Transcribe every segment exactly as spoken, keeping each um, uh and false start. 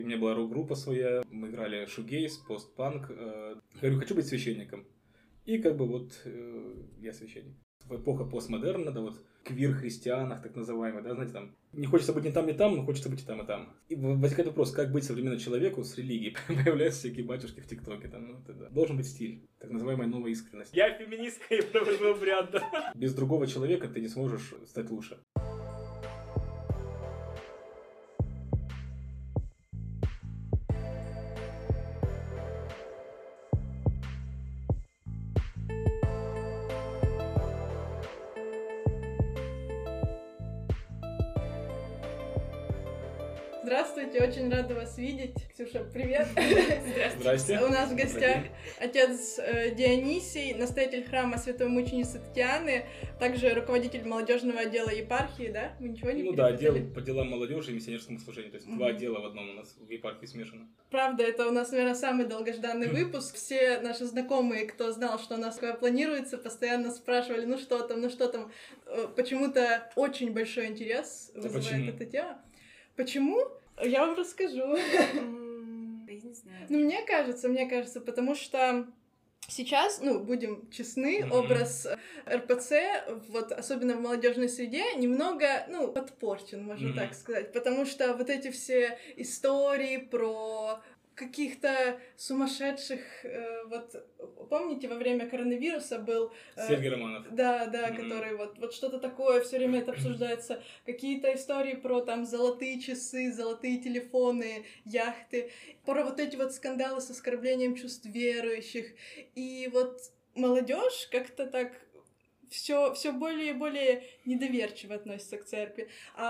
У меня была рок-группа своя, мы играли шугейз, постпанк. Э, говорю, хочу быть священником. И как бы вот э, я священник. В эпоха постмодерна, да, вот квир-христианах, так называемых, да, знаете, там, не хочется быть ни там, ни там, но хочется быть и там, и там. И возникает вопрос, как быть современному человеку с религией? Появляются всякие батюшки в ТикТоке, там, ну, это, да. Должен быть стиль, так называемая новая искренность. Я феминистка и провожу обряд, да. Без другого человека ты не сможешь стать лучше. Здравствуйте, очень рада вас видеть. Ксюша, привет. Здравствуйте. Здрасте. У нас в гостях отец Дионисий, настоятель храма Святой Мученицы Татьяны, также руководитель молодежного отдела епархии, да? Мы ничего не Ну да, отдел по делам молодежи и миссионерскому служению, то есть mm-hmm. два отдела в одном у нас в епархии смешано. Правда, это у нас, наверное, самый долгожданный выпуск. Все наши знакомые, кто знал, что у нас такое планируется, постоянно спрашивали, ну что там, ну что там. Почему-то очень большой интерес вызывает эта тема. Почему? Я вам расскажу. Я не знаю. Ну, мне кажется, мне кажется, потому что сейчас, ну, будем честны, mm-hmm. образ эр пэ цэ, вот особенно в молодежной среде, немного, ну, подпорчен, можно mm-hmm. так сказать, потому что вот эти все истории про каких-то сумасшедших, э, вот, помните, во время коронавируса был... Э, Сергей Романов. Да, да, mm-hmm. который вот, вот что-то такое, все время это обсуждается, какие-то истории про там золотые часы, золотые телефоны, яхты, про вот эти вот скандалы с оскорблением чувств верующих, и вот молодежь как-то так все все более и более недоверчиво относится к церкви,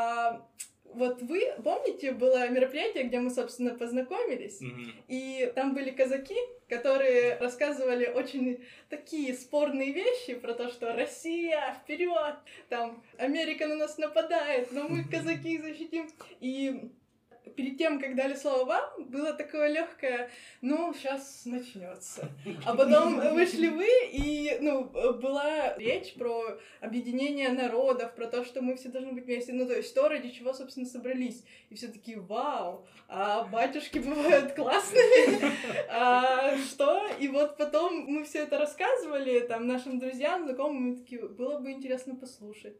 а вот вы помните, было мероприятие, где мы, собственно, познакомились, mm-hmm. и там были казаки, которые рассказывали очень такие спорные вещи про то, что Россия, вперед, там, Америка на нас нападает, но мы казаки защитим. И перед тем, как дали слово вам, было такое легкое, ну, сейчас начнется. А потом вышли вы, и, ну, была речь про объединение народов, про то, что мы все должны быть вместе, ну, то есть то, ради чего, собственно, собрались. И все такие, вау, а батюшки бывают классными, а что? И вот потом мы все это рассказывали, там, нашим друзьям, знакомым, и такие, было бы интересно послушать.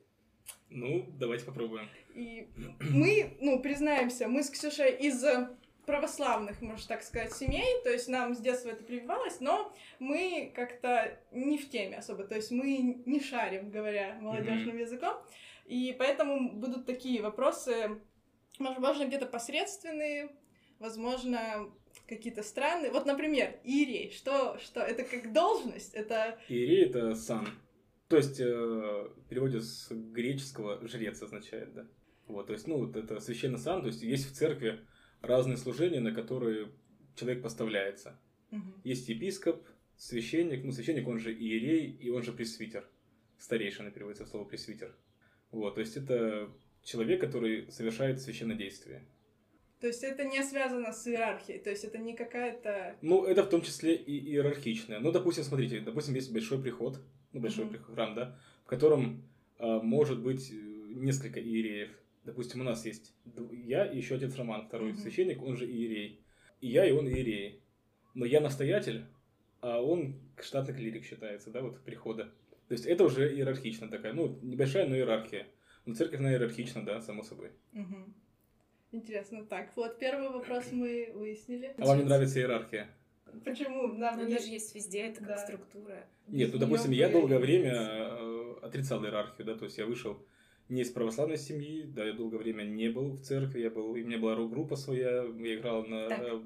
Ну, давайте попробуем. И мы, ну, признаемся, мы с Ксюшей из православных, можно так сказать, семей, то есть нам с детства это прививалось, но мы как-то не в теме особо, то есть мы не шарим, говоря молодежным mm-hmm. языком, и поэтому будут такие вопросы, возможно, где-то посредственные, возможно, какие-то странные. Вот, например, иерей, что, что это как должность? Это... Иерей — это сан. То есть, э, в переводе с греческого «жрец» означает, да. Вот, то есть, ну, вот это священный сан, то есть, есть в церкви разные служения, на которые человек поставляется. Угу. Есть епископ, священник, ну, священник, он же иерей, и он же пресвитер. Старейшина переводится в слово пресвитер. Вот, то есть, это человек, который совершает священнодействие. То есть, это не связано с иерархией, то есть, это не какая-то... Ну, это в том числе и иерархичное. Ну, допустим, смотрите, допустим, есть большой приход, ну, большой uh-huh. храм, да, в котором а, может быть несколько иереев. Допустим, у нас есть я и еще отец Роман, второй uh-huh. священник, он же иерей. И я, и он иерей. Но я настоятель, а он штатный клирик считается, да, вот прихода. То есть это уже иерархично такая, ну, небольшая, но иерархия. Но церковь, она иерархична, да, само собой. Uh-huh. Интересно. Так, вот первый вопрос мы выяснили. А вам не нравится иерархия? Почему? Нам она же есть везде, это как да. структура. Нет, ну, допустим, я долгое время отрицал иерархию, да, то есть я вышел не из православной семьи, да, я долгое время не был в церкви, я был, и у меня была рок-группа своя, я играл на, на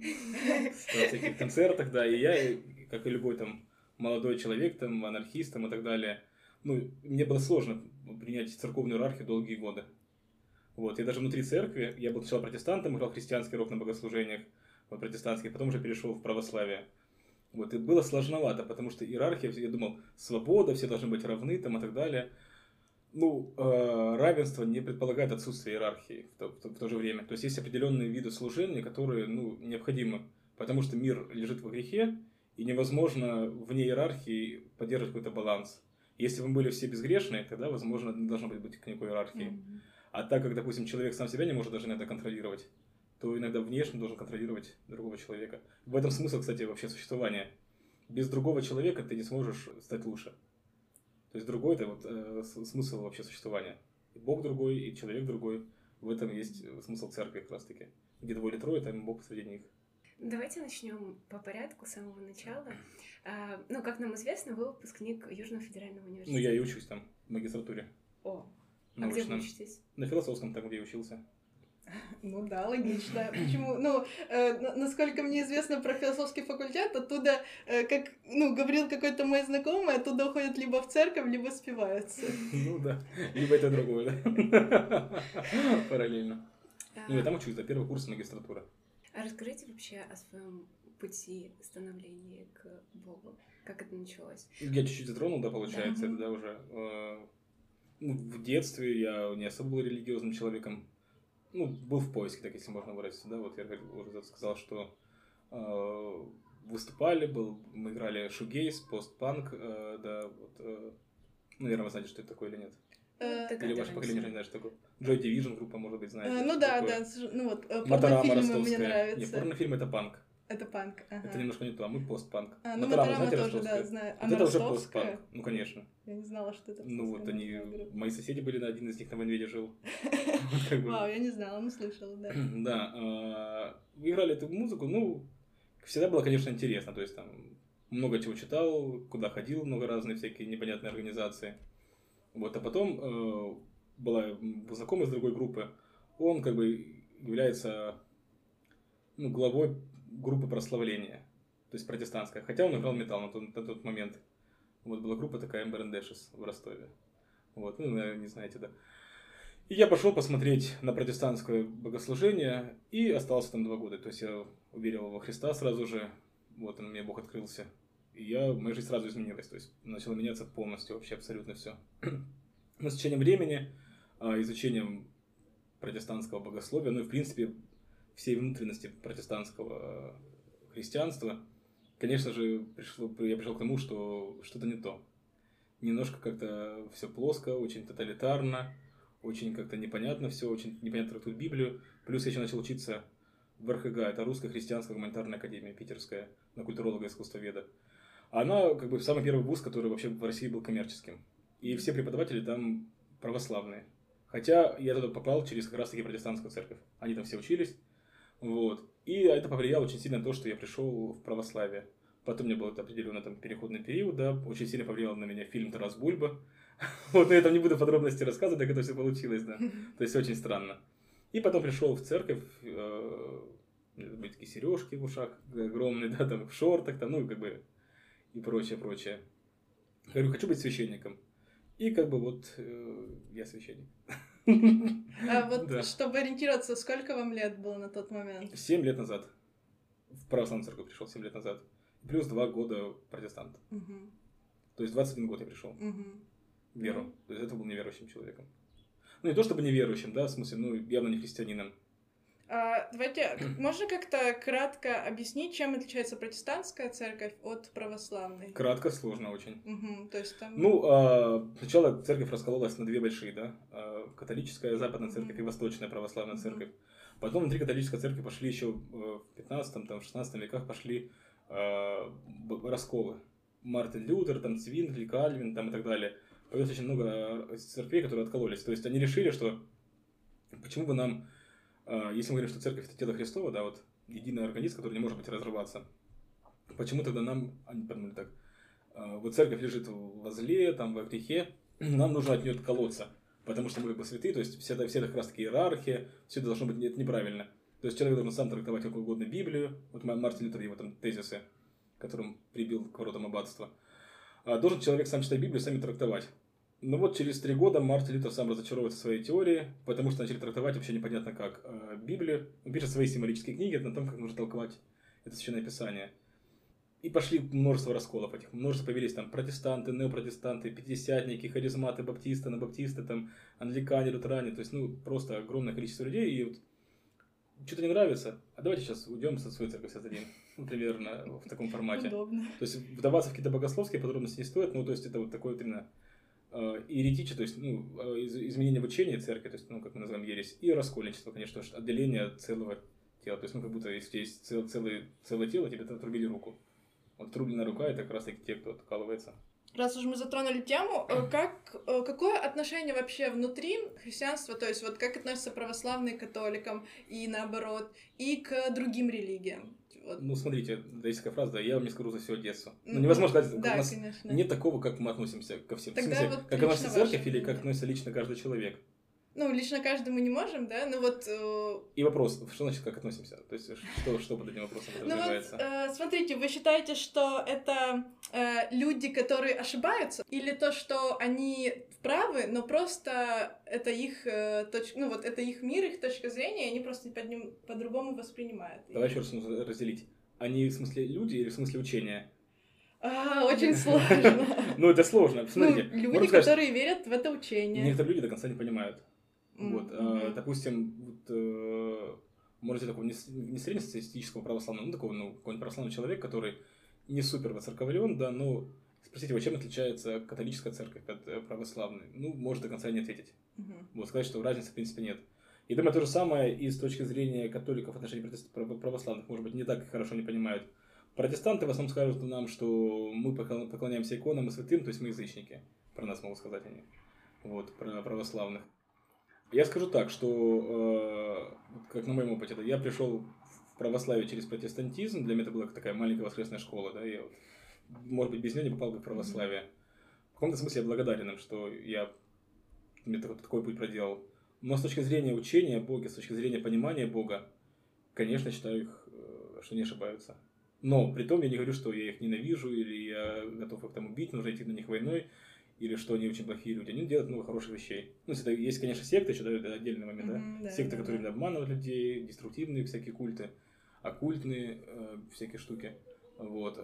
всяких концертах, да, и я, как и любой там молодой человек, там, анархист там, и так далее, ну, мне было сложно принять церковную иерархию долгие годы. Вот, я даже внутри церкви, я был сначала протестантом, играл христианский рок на богослужениях, вот, протестантский, потом уже перешел в православие. Вот, и было сложновато, потому что иерархия, я думал, свобода, все должны быть равны, там, и так далее. Ну, э, равенство не предполагает отсутствие иерархии в то, в, то, в то же время. То есть, есть определенные виды служения, которые, ну, необходимы, потому что мир лежит во грехе, и невозможно вне иерархии поддерживать какой-то баланс. Если бы мы были все безгрешные, тогда, возможно, не должно быть никакой иерархии. Mm-hmm. А так как, допустим, человек сам себя не может даже иногда контролировать, кто иногда внешне должен контролировать другого человека. В этом смысл, кстати, вообще существования. Без другого человека ты не сможешь стать лучше. То есть другой – это вот э, смысл вообще существования. И Бог другой, и человек другой. В этом есть смысл церкви как раз-таки. Где двое или трое, там Бог среди них. Давайте начнем по порядку с самого начала. А, ну, как нам известно, вы выпускник Южного федерального университета. Ну, я и учусь там, в магистратуре. О, научном. А где вы учитесь? На философском, там, где я учился. Ну да, логично. Почему? Ну, э, насколько мне известно про философский факультет, оттуда, э, как, ну, говорил какой-то мой знакомый, оттуда уходят либо в церковь, либо спиваются. Ну да, либо это другое, да? Параллельно. Ну, я там учусь, до первого курса магистратуры. А расскажите вообще о своем пути становления к Богу. Как это началось? Я чуть-чуть затронул, да, получается, Да. это, да, уже. Э, ну, в детстве я не особо был религиозным человеком. Ну, был в поиске, так если можно выразиться, да, вот я уже сказал, что э, выступали, был, мы играли шугейс, постпанк, э, да, вот, э, наверное, вы знаете, что это такое или нет? Э, Или ваше поколение не знает, что такое? Joy Division группа, может быть, знаете. э, Ну что да, такое. да, с- ну вот, э, Моторама порнофильмы мне ростовская. Нет, нравятся. порнофильм это панк. Это панк, ага. Это немножко не то, а мы постпанк. А, ну Моторама, Моторама знаете, тоже, ростовская? да, знаю. Вот Она это уже ростовская? постпанк. Ну, конечно. Я не знала, что это Ну вот они, ростовская группа. мои соседи были, на один из них на Медведе жил. Вот как бы. Вау, я не знала, ну слышала, да. Да, а, играли эту музыку, ну, всегда было, конечно, интересно, то есть там много чего читал, куда ходил, много разных всякие непонятные организации. Вот, а потом э, была знакомая из другой группы, он как бы является, ну, главой группы прославления, то есть протестантская, хотя он играл металл на тот, на тот момент. Вот была группа такая Ember and Ashes в Ростове. Вот, ну, наверное, не знаете, да. И я пошел посмотреть на протестантское богослужение и остался там два года. То есть я уверовал во Христа сразу же, вот он, мне Бог открылся. И я, моя жизнь сразу изменилась, то есть начала меняться полностью, вообще абсолютно все. Но с течением времени, изучением протестантского богословия, ну и в принципе всей внутренности протестантского христианства, конечно же, пришло, я пришел к тому, что что-то не то. Немножко как-то все плоско, очень тоталитарно, очень как-то непонятно все, очень непонятно трактует Библию. Плюс я еще начал учиться в эр ха гэ, это Русская христианская гуманитарная академия питерская, на культуролога и искусствоведа. Она как бы самый первый вуз, который вообще в России был коммерческим. И все преподаватели там православные. Хотя я туда попал через как раз-таки протестантскую церковь. Они там все учились. Вот. И это повлияло очень сильно на то, что я пришел в православие. Потом у меня был определенный там переходный период, да, очень сильно повлиял на меня фильм «Тарас Бульба». Вот, но я там не буду подробности рассказывать, как это все получилось, да. То есть очень странно. И потом пришел в церковь, э, были такие сережки в ушах огромные, да, там в шортах, там, ну, как бы, и прочее, прочее. Говорю, хочу быть священником. И как бы вот э, я священник. А вот Да. чтобы ориентироваться, сколько вам лет было на тот момент? Семь лет назад. В православную церковь пришел семь лет назад. Плюс два года протестант. Мгм, То есть двадцать один год я пришел мгм. в веру. То есть это был неверующим человеком. Ну, не то чтобы неверующим, да, в смысле, ну, явно не христианином. А, давайте, к- можно как-то кратко объяснить, чем отличается протестантская церковь от православной? Кратко, сложно очень. Мгм, то есть там... Ну, а, сначала церковь раскололась на две большие, да. А, католическая западная церковь Мгм. и восточная православная Мгм. церковь. Потом внутри католической церкви пошли еще в пятнадцатом, там, в шестнадцатом веках пошли а, б- расколы. Мартин Лютер, там, Цвингли, Кальвин, там, и так далее. Появилось очень много а, церквей, которые откололись. То есть они решили, что почему бы нам, а, если мы говорим, что церковь это тело Христово, да, вот единый организм, который не может быть разрываться, почему тогда нам, они подумали так, а, вот церковь лежит во зле, там, во грехе, нам нужно от нее отколоться, потому что мы как бы святые, то есть вся это, вся это как раз таки иерархия, все это должно быть не- неправильно. То есть человек должен сам трактовать как угодно Библию, вот Ма- Мартин Лютер, его там тезисы, которым прибил к воротам аббатства, а должен человек сам читать Библию, сами трактовать. Ну вот через три года Мартин Лютер сам разочаровывается в своей теории, потому что начали трактовать вообще непонятно как э, Библию. Он пишет свои символические книги на том, как нужно толковать это Священное Писание. И пошли множество расколов этих. Множество появились там протестанты, неопротестанты, пятидесятники, харизматы, баптисты, анабаптисты, там, англикане, лютеране. То есть, ну, просто огромное количество людей. И вот что-то не нравится. А давайте сейчас уйдем со своей церковью создадим. Ну, примерно в таком формате. Удобно. То есть вдаваться в какие-то богословские подробности не стоит. Ну, то есть это вот такое вот именно э, еретичество, то есть ну, э, из- изменение в учении церкви, то есть, ну, как мы называем ересь, и раскольничество, конечно, что отделение целого тела. То есть, ну, как будто если есть цел, целое, целое тело, тебе отрубили руку. Вот отрубленная рука — это как раз таки те, кто откалывается. Раз уж мы затронули тему, как, какое отношение вообще внутри христианства, то есть вот как относятся православные к католикам и наоборот, и к другим религиям? Вот. Ну, смотрите, датская фраза, да, я вам не скажу за все Одессу. Ну, невозможно сказать, да, у нас конечно. нет такого, как мы относимся ко всем. Тогда в смысле, вот как относится церковь ваше... или как относится лично каждый человек. Ну, лично каждому не можем, да, ну вот... Э... И вопрос, что значит, как относимся? То есть, что, что под этим вопросом подразумевается? Ну вот, э, смотрите, вы считаете, что это э, люди, которые ошибаются, или то, что они правы, но просто это их э, точка, ну вот это их мир, их точка зрения, и они просто под ним по-другому воспринимают. Давай еще раз нужно разделить. Они в смысле люди или в смысле учения? А, очень сложно. Ну, это сложно. Смотрите. Люди, которые верят в это учение. Некоторые люди до конца не понимают. Вот, mm-hmm. э, допустим, вот, э, можете такого не, не среднестатистического православного, ну, такого, ну, какой-нибудь православный человек, который не супер воцерковлен, да, но спросите его, чем отличается католическая церковь от православной? Ну, может до конца не ответить. Mm-hmm. Вот, сказать, что разницы, в принципе, нет. И думаю, то же самое и с точки зрения католиков в отношении православных, может быть, не так хорошо не понимают. Протестанты в основном скажут нам, что мы поклоняемся иконам и святым, то есть мы язычники. Про нас могут сказать они. Вот, про православных. Я скажу так, что, э, как на моем опыте, да, я пришел в православие через протестантизм, для меня это была такая маленькая воскресная школа, да, я, может быть, без нее не попал бы в православие. В каком-то смысле я благодарен им, что я мне такой, такой путь проделал. Но с точки зрения учения о Боге, с точки зрения понимания Бога, конечно, считаю их, что не ошибаются. Но при том я не говорю, что я их ненавижу, или я готов их там убить, нужно идти на них войной, или что они очень плохие люди. Они делают много хороших вещей. Ну, это, есть, конечно, секты, еще это отдельный момент, mm-hmm, да? да? Секты, да, которые да. обманывают людей, деструктивные всякие культы, оккультные э, всякие штуки. Вот.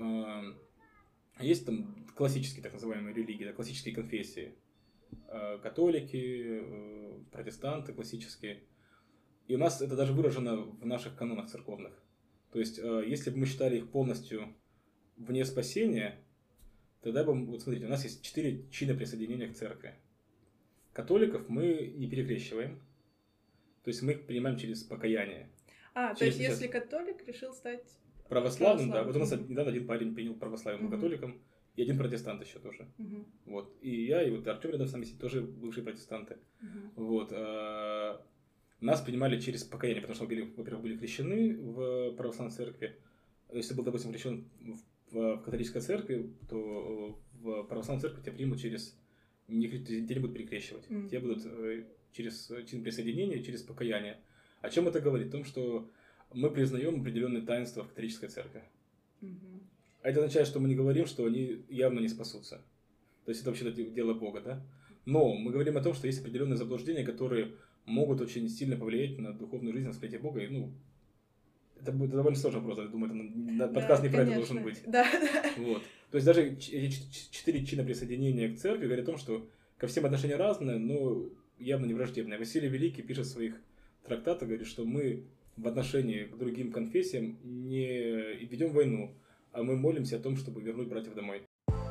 Есть там классические так называемые религии, да, классические конфессии. Э, католики, э, протестанты классические. И у нас это даже выражено в наших канонах церковных. То есть, э, если бы мы считали их полностью вне спасения, тогда бы, вот смотрите, у нас есть четыре чина присоединения к церкви. Католиков мы не перекрещиваем, то есть мы их принимаем через покаяние. А, через то есть если католик решил стать православным, православным, да. Вот у нас недавно один парень принял православным uh-huh. католиком, и один протестант еще тоже. Uh-huh. Вот. И я, и вот Артем рядом с нами сидит, тоже бывшие протестанты. Uh-huh. Вот. А, нас принимали через покаяние, потому что мы были, во-первых, были крещены в православной церкви. Если был, допустим, крещен в, в католической церкви, то в православной церкви тебя примут через... Не, тебя не будут перекрещивать. Mm. Тебя будут через чин присоединения, через покаяние. О чем это говорит? О том, что мы признаем определенные таинства в католической церкви. Mm-hmm. А это означает, что мы не говорим, что они явно не спасутся. То есть это вообще дело Бога, да? Но мы говорим о том, что есть определенные заблуждения, которые могут очень сильно повлиять на духовную жизнь, на восприятие Бога. И, ну, это будет довольно сложный вопрос, я думаю, это, подкаст да, не про это должен быть. Да. Вот. То есть даже эти четыре чина присоединения к церкви говорят о том, что ко всем отношения разные, но явно не враждебные. Василий Великий пишет в своих трактатах, говорит, что мы в отношении к другим конфессиям не ведем войну, а мы молимся о том, чтобы вернуть братьев домой.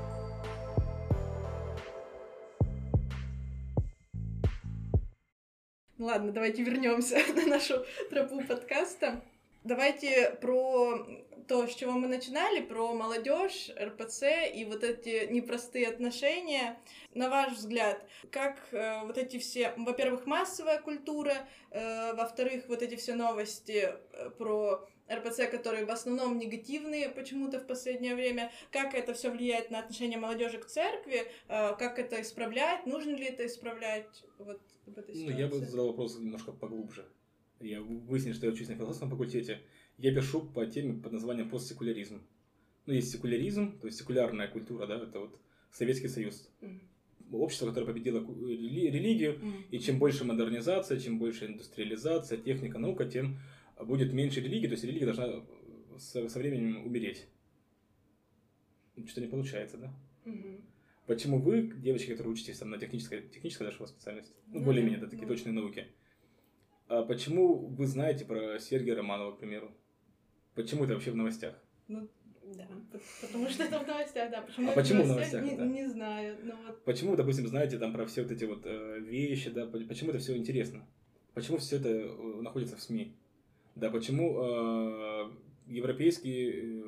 Ну ладно, давайте вернемся на нашу тропу подкаста. Давайте про то, с чего мы начинали, про молодежь, эр пэ цэ и вот эти непростые отношения. На ваш взгляд, как э, вот эти все, во-первых, массовая культура, э, во-вторых, вот эти все новости э, про эр пэ цэ, которые в основном негативные почему-то в последнее время, как это все влияет на отношение молодежи к церкви, э, как это исправлять, нужно ли это исправлять вот в этой ситуации? Ну, я бы задал вопрос немножко поглубже. Я выяснил, что я учусь на философском факультете. Я пишу по теме под названием постсекуляризм. Ну, есть секуляризм, то есть секулярная культура, да, это вот Советский Союз. Mm. Общество, которое победило религию, mm. и чем больше модернизация, чем больше индустриализация, техника, наука, тем будет меньше религии, то есть религия должна со, со временем умереть. Что-то не получается, да? Mm-hmm. Почему вы, девочки, которые учитесь там, на технической, техническая даже у вас специальность, ну, mm-hmm. более-менее, да, такие mm-hmm. точные науки, а почему вы знаете про Сергия Романова, к примеру? Почему это вообще в новостях? Ну, да, потому что это в новостях, да. Почему а почему в новостях? Не, да? не знаю. Но вот... Почему, допустим, знаете там про все вот эти вот э, вещи, да? Почему это все интересно? Почему все это находится в СМИ? Да, почему э, европейские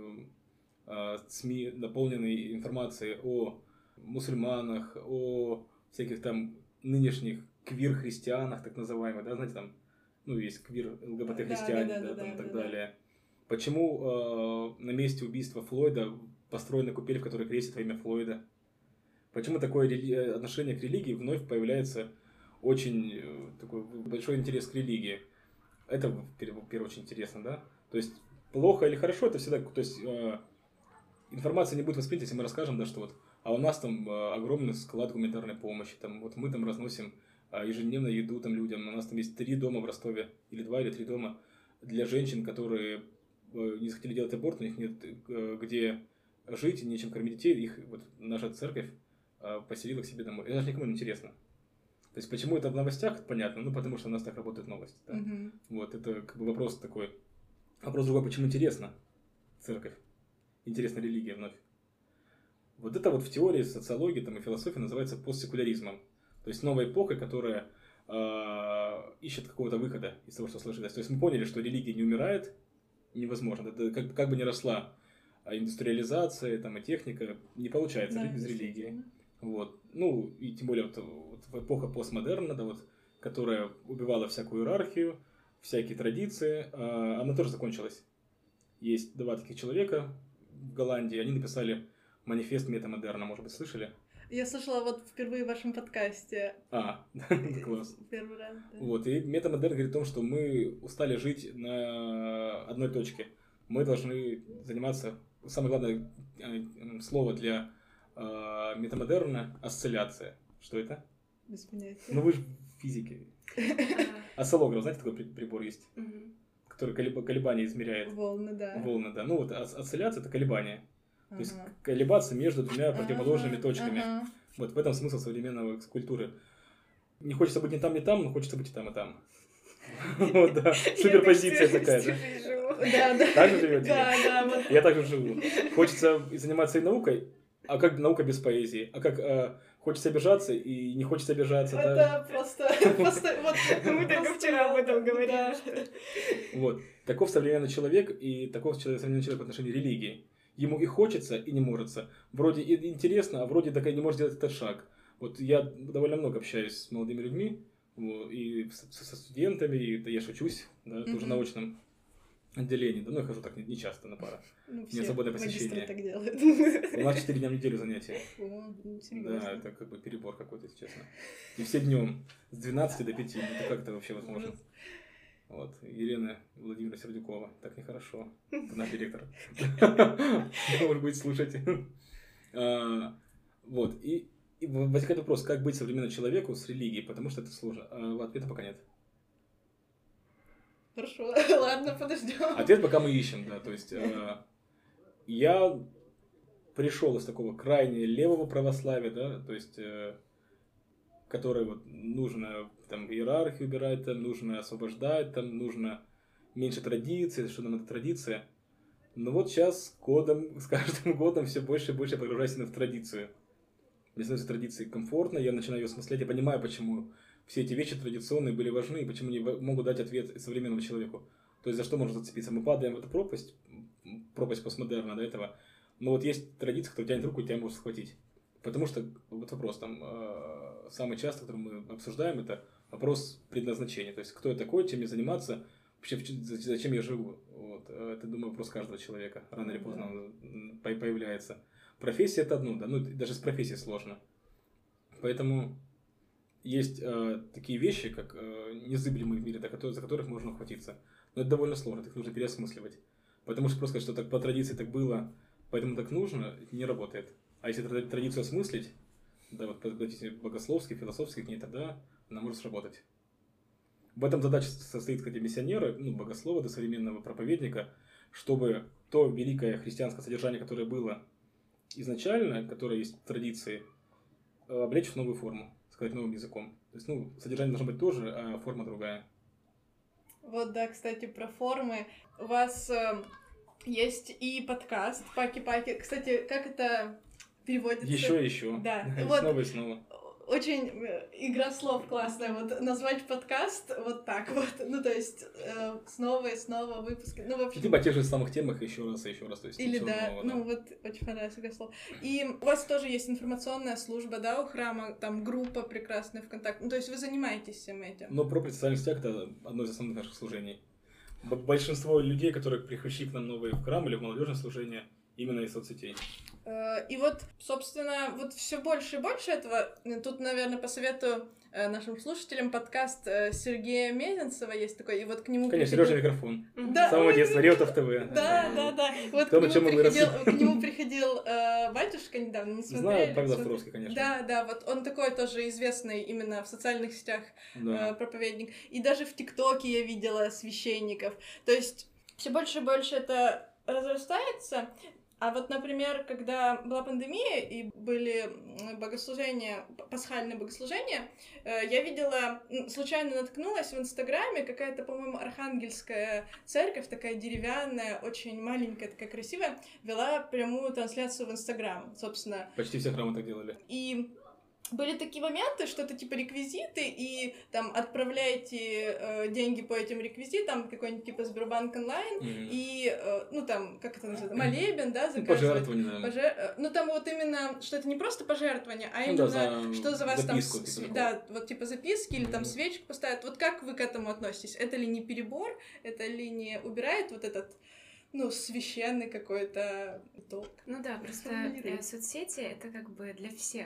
э, СМИ наполнены информацией о мусульманах, о всяких там нынешних квир-христианах, так называемых, да, знаете, там, ну, есть квир-ЛГБТ-христиане, да, да, да, да, там, и так да, далее. Да. Почему э, на месте убийства Флойда построена купель, в которой крестят во имя Флойда? Почему такое рели... отношение к религии вновь появляется очень э, такой большой интерес к религии? Это, в первую очередь, интересно, да? То есть, плохо или хорошо, это всегда... То есть, э, информация не будет воспринята, если мы расскажем, да, что вот, а у нас там э, огромный склад гуманитарной помощи, там, вот мы там разносим э, ежедневно еду там людям, у нас там есть три дома в Ростове, или два, или три дома для женщин, которые э, не захотели делать аборт, у них нет э, где жить, нечем кормить детей, их вот наша церковь э, поселила к себе домой. Это даже никому не интересно. То есть, почему это в новостях, это понятно, ну, потому что у нас так работают новости. Да? Mm-hmm. Вот, это как бы вопрос такой. Вопрос другой, почему интересно церковь, интересна религия вновь. Вот это вот в теории социологии там, и философии называется постсекуляризмом. То есть, новая эпоха, которая э, ищет какого-то выхода из того, что сложилось. То есть, мы поняли, что религия не умирает, невозможно. Это как, как бы ни росла индустриализация там, и техника, не получается да, жить без религии. Вот. Ну, и тем более вот, вот эпоха постмодерна, да, вот, которая убивала всякую иерархию, всякие традиции, э, она тоже закончилась. Есть два таких человека в Голландии, они написали манифест метамодерна, может быть, слышали? Я слышала вот впервые в вашем подкасте. А, класс. Первый раз, да. Вот, и метамодерн говорит о том, что мы устали жить на одной точке. Мы должны заниматься, самое главное слово для э, метамодерна – осцилляция. Что это? Без понятия. Ну вы же физики. Осциллограф, знаете, такой прибор есть? Который колебания измеряет. Волны, да. Волны, да. Ну вот осцилляция – это колебания. То есть колебаться между двумя противоположными точками. Вот в этом смысл современной культуры. Не хочется быть ни там, ни там, но хочется быть и там, и там. Вот, да. Суперпозиция такая, да? Да, да. Так же живете? Да, да. Я так же живу. Хочется заниматься и наукой, а как наука без поэзии? А как э, хочется обижаться и не хочется обижаться? Это да? просто... просто вот, мы только вчера об этом говорили. Да. Вот. Таков современный человек и таков современный человек в отношении религии. Ему и хочется, и не может. Вроде и интересно, а вроде так и не может сделать этот шаг. Вот я довольно много общаюсь с молодыми людьми, вот, и со, со студентами, и да, я шучусь, да, mm-hmm. тоже на очном отделении. Да, ну, я хожу так не, не часто на пару. Ну, не свободное посещение. Так делают. У нас четыре дня в неделю занятия. О, да, это как бы перебор какой-то, если честно. И все днем, с двенадцати до пяти. Это как это вообще возможно? Вот, Елена Владимировна Сердюкова. Так нехорошо. Это наш директор. Может быть, слушайте. Вот, и возникает вопрос, как быть современному человеку с религией, потому что это сложно. Ответа пока нет. Хорошо, ладно, подождем. Ответ пока мы ищем, да, то есть я пришел из такого крайне левого православия, да, то есть которое вот нужно там иерархию убирать, там нужно освобождать, там нужно меньше традиций, что нам эта традиция. Но вот сейчас годом, с каждым годом все больше и больше погружаюсь в традицию. Мне становится традицией комфортно, я начинаю ее осмыслять, я понимаю, почему все эти вещи традиционные были важны, и почему не могут дать ответ современному человеку. То есть за что можно зацепиться? Мы падаем в эту пропасть, пропасть постмодерна до этого, но вот есть традиция, которая тянет руку и тебя может схватить. Потому что, вот вопрос там, э, самый часто, который мы обсуждаем, это вопрос предназначения. То есть, кто я такой, чем мне заниматься, вообще зачем я живу. Вот. Это, думаю, вопрос каждого человека. Рано или поздно он появляется. Профессия – это одно, да, ну даже с профессией сложно. Поэтому есть э, такие вещи, как э, незыблемые в мире, да, которые, за которых можно ухватиться. Но это довольно сложно, их нужно переосмысливать. Потому что просто сказать, что так по традиции так было, поэтому так нужно, не работает. А если традицию осмыслить, да, вот богословский, философский к ней, тогда она может сработать. В этом задача состоит, кстати, миссионера, ну, богослова, до современного проповедника, чтобы то великое христианское содержание, которое было изначально, которое есть в традиции, облечь в новую форму, сказать новым языком. То есть, ну, содержание должно быть тоже, а форма другая. Вот, да, кстати, про формы. У вас э, есть и подкаст «Паки-паки». Кстати, как это переводится? Еще и еще. Да. И вот, снова и снова. очень игра слов классная, вот назвать подкаст вот так вот, ну то есть э, снова и снова выпуски, ну в общем... Типа о тех же самых темах еще раз и еще раз, то есть Или да, нового, ну да. Вот очень понравилось игра слов. И у вас тоже есть информационная служба, да, у храма, там группа прекрасная ВКонтакте, ну то есть вы занимаетесь всем этим? Ну, проповедь в социальных сетях — это одно из основных наших служений. Большинство людей, которые пришли к нам новые в храм или в молодежное служение, именно из соцсетей. И вот, собственно, вот все больше и больше этого. Тут, наверное, посоветую нашим слушателям подкаст Сергея Мезенцева есть такой, и вот к нему Конечно, приходил... Сережа Микрофон. Да. С самого детства, Реутов ТВ. Да, да, да. Вот к нему, приходил, к нему приходил э, батюшка недавно, не смотрели. Знаю, Павел Островский, конечно. Да, да, вот он такой тоже известный именно в социальных сетях да. э, проповедник. И даже в ТикТоке я видела священников. То есть все больше и больше это разрастается. А вот, например, когда была пандемия и были богослужения, пасхальные богослужения, я видела, случайно наткнулась в Инстаграме, какая-то, по-моему, архангельская церковь, такая деревянная, очень маленькая, такая красивая, вела прямую трансляцию в Инстаграм, собственно. Почти все храмы так делали. И были такие моменты, что это типа реквизиты, и там отправляете э, деньги по этим реквизитам, какой-нибудь типа Сбербанк онлайн, mm-hmm. и, э, ну там, как это называется, молебен, да, заказывать. Пожертвование, да. Пожер... Ну там вот именно, что это не просто пожертвование, а именно, ну, да, за... что за вас записку, там, типа, да, вот типа записки, или mm-hmm. там свечку поставят. Вот как вы к этому относитесь? Это ли не перебор? Это ли не убирает вот этот... ну, священный какой-то долг? Ну да, просто э, соцсети — это как бы для всех.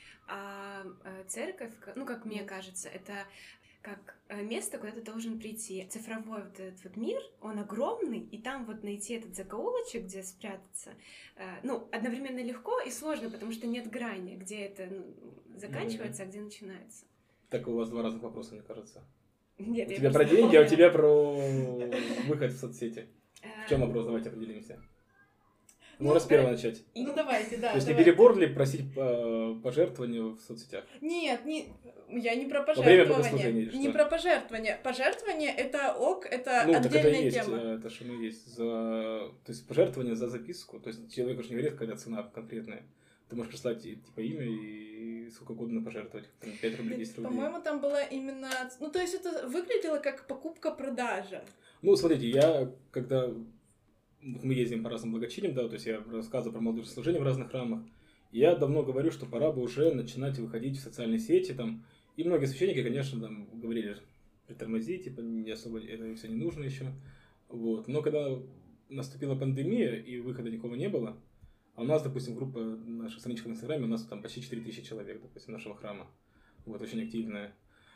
А церковь, ну, как мне кажется, это как место, куда ты должен прийти. Цифровой вот этот вот мир, он огромный, и там вот найти этот закоулочек, где спрятаться, ну, одновременно легко и сложно, потому что нет грани, где это ну, заканчивается, mm-hmm. а где начинается. Так у вас два разных вопроса, мне кажется. Нет, у тебя про деньги, а у тебя про выход в соцсети. В чем вопрос? Давайте определимся. Ну, раз с первого начать. Ну, давайте, да. То есть давайте. не перебор ли просить э, пожертвования в соцсетях? Нет, не, я не про пожертвования. Не про пожертвования. Пожертвование — это ок, это ну, отдельная это тема. Есть, это что ну есть. За... То есть пожертвование за записку. То есть человеку же не говорит, когда цена конкретная. Ты можешь прислать типа имя и сколько угодно пожертвовать. Там, пять рублей, десять рублей. По-моему, там была именно... Ну, то есть это выглядело как покупка-продажа. Ну, смотрите, я когда... Мы ездим по разным благочиниям, да, то есть я рассказываю про молодежное служение в разных храмах. И я давно говорю, что пора бы уже начинать выходить в социальные сети, там, и многие священники, конечно, там говорили, притормози, типа, не особо это все не нужно еще. Вот. Но когда наступила пандемия и выхода никого не было, а у нас, допустим, группа наших страничек в Инстаграме, у нас там почти четыре тысячи человек, допустим, нашего храма. Вот, очень активная.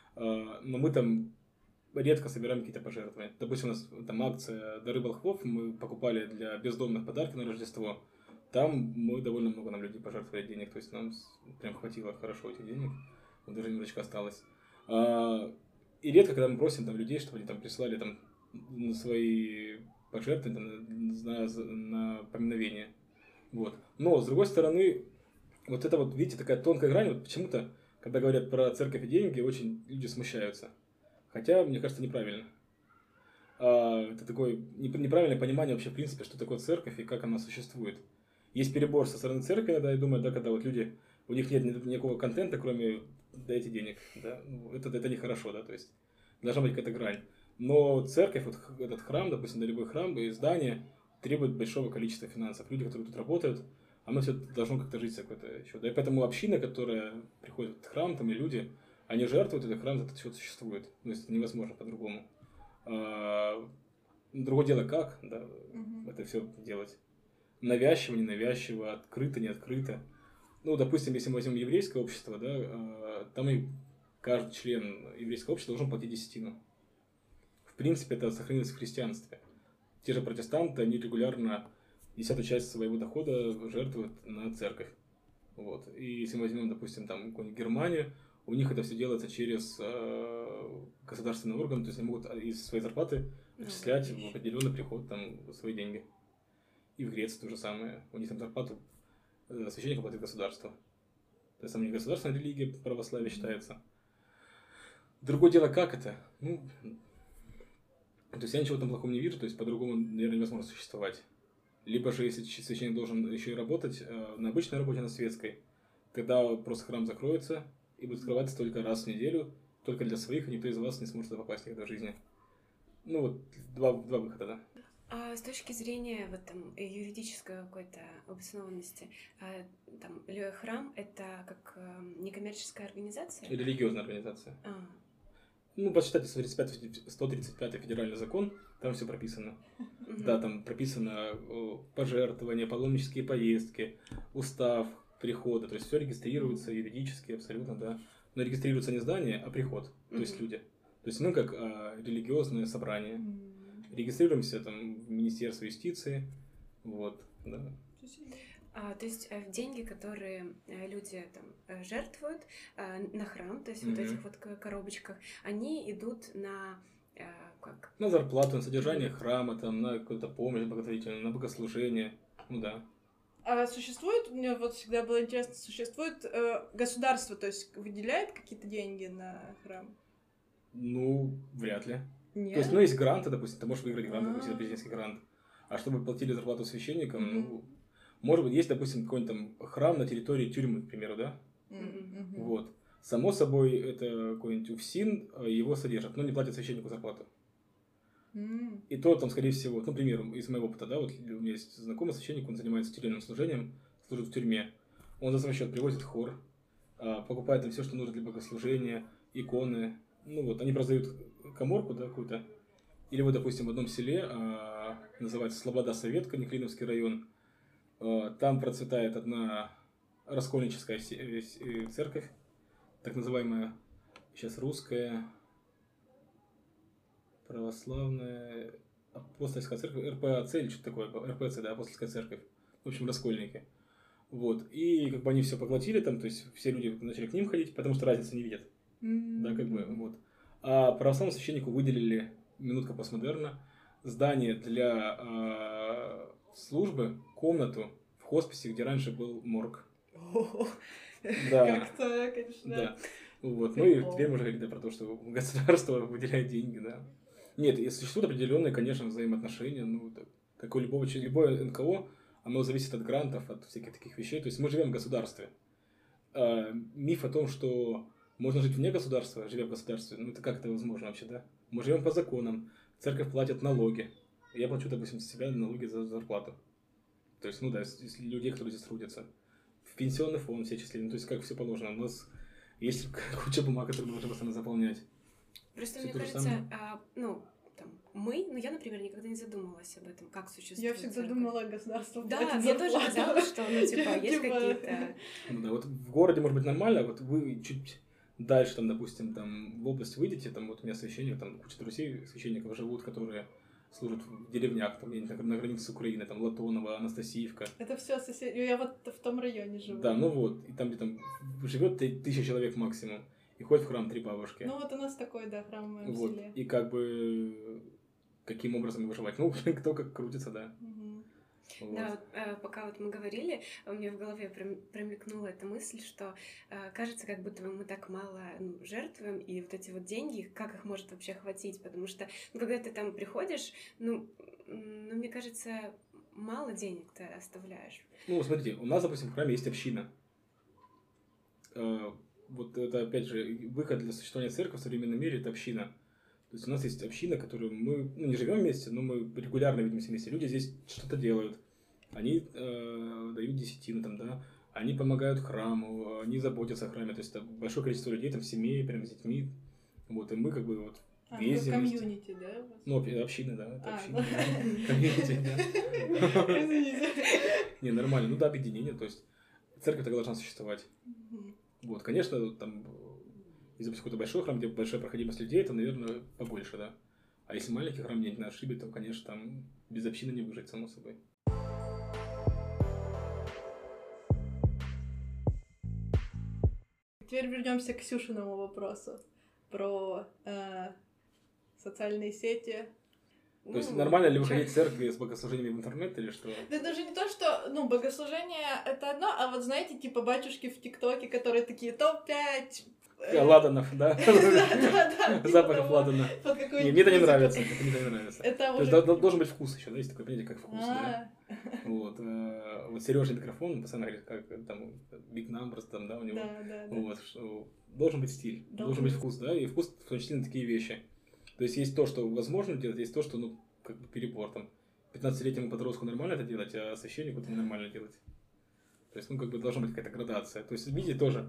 Но мы там редко собираем какие-то пожертвования. Допустим, у нас там акция «Дары волхвов», мы покупали для бездомных подарки на Рождество. Там мы довольно много нам людей пожертвовали денег, то есть нам прям хватило хорошо этих денег, вот даже немножечко осталось. И редко, когда мы просим там людей, чтобы они там прислали там свои пожертвования на, на, на поминовение. Вот. Но, с другой стороны, вот это вот, видите, такая тонкая грань, вот почему-то, когда говорят про церковь и деньги, очень люди смущаются. Хотя, мне кажется, неправильно. А, это такое неправильное понимание вообще, в принципе, что такое церковь и как она существует. Есть перебор со стороны церкви, иногда, я думаю, да, когда вот люди, у них нет никакого контента, кроме дайте денег, да, это, это нехорошо, да, то есть должна быть какая-то грань. Но церковь, вот этот храм, допустим, да, любой храм и здание требует большого количества финансов. Люди, которые тут работают, оно все должно как-то жить какое-то еще. Да, и поэтому община, которая приходит в этот храм, там и люди, они жертвуют, этот храм за это все существует. То есть это невозможно по-другому. А, другое дело, как да, угу. это все делать. Навязчиво, ненавязчиво, открыто, не открыто. Ну, допустим, если мы возьмем еврейское общество, да, там и каждый член еврейского общества должен платить десятину. В принципе, это сохранилось в христианстве. Те же протестанты, они регулярно десятую часть своего дохода жертвуют на церковь. Вот. И если мы возьмем, допустим, там какую-нибудь Германию, у них это все делается через э, государственный орган, то есть они могут из своей зарплаты отчислять в определенный приход там свои деньги. И в Греции то же самое. У них там зарплату э, священника платит государство. То есть там не государственная религия, православие считается. Другое дело, как это? Ну, то есть я ничего там плохого не вижу, то есть по-другому, наверное, невозможно существовать. Либо же, если священник должен еще и работать э, на обычной работе, на светской, тогда просто храм закроется, и будет открываться только раз в неделю, только для своих, и никто из вас не сможет туда попасть никогда в жизни. Ну вот, два, два выхода, да. А с точки зрения вот, там, юридической какой-то обоснованности, там, храм — это как некоммерческая организация? Религиозная организация. А. Ну, почитайте сто тридцать пятый федеральный закон, там все прописано. Mm-hmm. Да, там прописано пожертвования, паломнические поездки, устав прихода, то есть все регистрируется юридически абсолютно, да. Но регистрируется не здание, а приход, то mm-hmm. есть люди. То есть мы как а, религиозное собрание. Mm-hmm. Регистрируемся там в Министерстве юстиции, вот, да. А, то есть деньги, которые люди там жертвуют а, на храм, то есть mm-hmm. вот этих вот коробочках, они идут на а, как? На зарплату, на содержание храма, там, на какую-то помощь благотворительную, на богослужение, ну да. А существует, мне вот всегда было интересно, существует э, государство, то есть выделяет какие-то деньги на храм? Ну, вряд ли. Нет? То есть, ну, есть гранты, допустим, ты можешь выиграть грант, допустим, президентский грант. А чтобы платили зарплату священникам, mm-hmm. ну, может быть, есть, допустим, какой-нибудь там храм на территории тюрьмы, к примеру, да? Mm-hmm. Вот. Само собой, это какой-нибудь УФСИН, его содержат, но не платят священнику зарплату. Mm-hmm. И то, там, скорее всего, ну, к примеру, из моего опыта, да, вот у меня есть знакомый священник, он занимается тюремным служением, служит в тюрьме. Он за свой счет привозит хор, покупает там все, что нужно для богослужения, иконы. Ну вот, они продают каморку, да, какую-то. Или вот, допустим, в одном селе, а, называется Слобода-Советка, Неклиновский район, а, там процветает одна раскольническая церковь, так называемая, сейчас русская, православная, апостольская церковь, эр пэ а цэ или что-то такое, эр пэ цэ, да, апостольская церковь, в общем, раскольники. Вот, и как бы они все поглотили там, то есть все люди начали к ним ходить, потому что разницы не видят. Mm-hmm. Да, как бы, вот. А православному священнику выделили, минутка постмодерна, здание для э, службы, комнату в хосписе, где раньше был морг. Oh, да. Как-то, конечно. Да. Вот. Ну и теперь можно говорить, да, про то, что государство выделяет деньги, да. Нет, и существуют определенные, конечно, взаимоотношения, ну, так, как у любого, любое эн ка о, оно зависит от грантов, от всяких таких вещей. То есть мы живем в государстве. А, миф о том, что можно жить вне государства, живя в государстве, ну это как это возможно вообще, да? Мы живем по законам, церковь платит налоги. Я плачу, допустим, с себя налоги за зарплату. То есть, ну да, если людей, которые здесь трудятся. В пенсионный фонд все числения, ну, то есть как все положено. У нас есть куча бумаг, которые мы должны постоянно заполнять. Просто все мне кажется, а, ну, там, мы, ну я, например, никогда не задумывалась об этом, как существует Я всегда церковь. думала о государстве. Да, мне тоже казалось, что, ну, типа, есть какие-то... Ну да, вот в городе может быть нормально, вот вы чуть дальше, там, допустим, там, в область выйдете, там, вот у меня священник, там, куча друзей священников живут, которые служат в деревнях, там, на границе с Украиной, там, Латоново, Анастасиевка. Это все соседи, я вот в том районе живу. Да, ну вот, и там, где там живет тысяча человек максимум, и ходит в храм три бабушки. Ну вот у нас такой, да, храм в моем вот. селе. И как бы, каким образом выживать? Ну, кто как крутится, да. Угу. Вот. Да, вот, пока вот мы говорили, у меня в голове промелькнула эта мысль, что кажется, как будто мы так мало ну, жертвуем, и вот эти вот деньги, как их может вообще хватить, потому что, ну, когда ты там приходишь, ну, ну, мне кажется, мало денег ты оставляешь. Ну, смотрите, у нас, допустим, в храме есть община. Вот это, опять же, выход для существования церкви в современном мире – это община. То есть у нас есть община, которую мы ну, не живем вместе, но мы регулярно видимся вместе. Люди здесь что-то делают. Они э, дают десятину, там, да, они помогают храму, они заботятся о храме. То есть это большое количество людей, там, семей, прям с детьми. Вот, и мы как бы вот а, ездим вместе. Комьюнити, да? Ну, община, да, это а, община. Комьюнити, да. Извините. Не, нормально. Ну да, объединение, то есть церковь так должна существовать. Вот, конечно, там... Если есть какой-то большой храм, где большая проходимость людей, то, наверное, побольше, да. А если маленький храм где-нибудь на отшибе, то, конечно, там без общины не выжить, само собой. Теперь вернемся к Ксюшиному вопросу про э, социальные сети. То ну, есть нормально ли выходить в церкви с богослужениями в интернет или что? Да даже не то, что, ну, богослужение это одно, а вот знаете, типа батюшки в ТикТоке, которые такие топ пять... Ладанов, да? Да, да. Запахов ладана. Мне это не нравится. Это мне не нравится. Это уже... Должен быть вкус еще, да? Есть такое понятие, как вкус, да? Вот. вот Сережа микрофон, постоянно говорит, как там Big Numbers, там, да, у него. Да, да, да. Вот, что должен быть стиль, должен, должен быть вкус, да, и вкус в том числе на такие вещи. То есть есть то, что возможно делать, есть то, что, ну, как бы перебор там. пятнадцатилетнему подростку нормально это делать, а священнику это нормально делать. То есть, ну, как бы должна быть какая-то градация. То есть, видите, тоже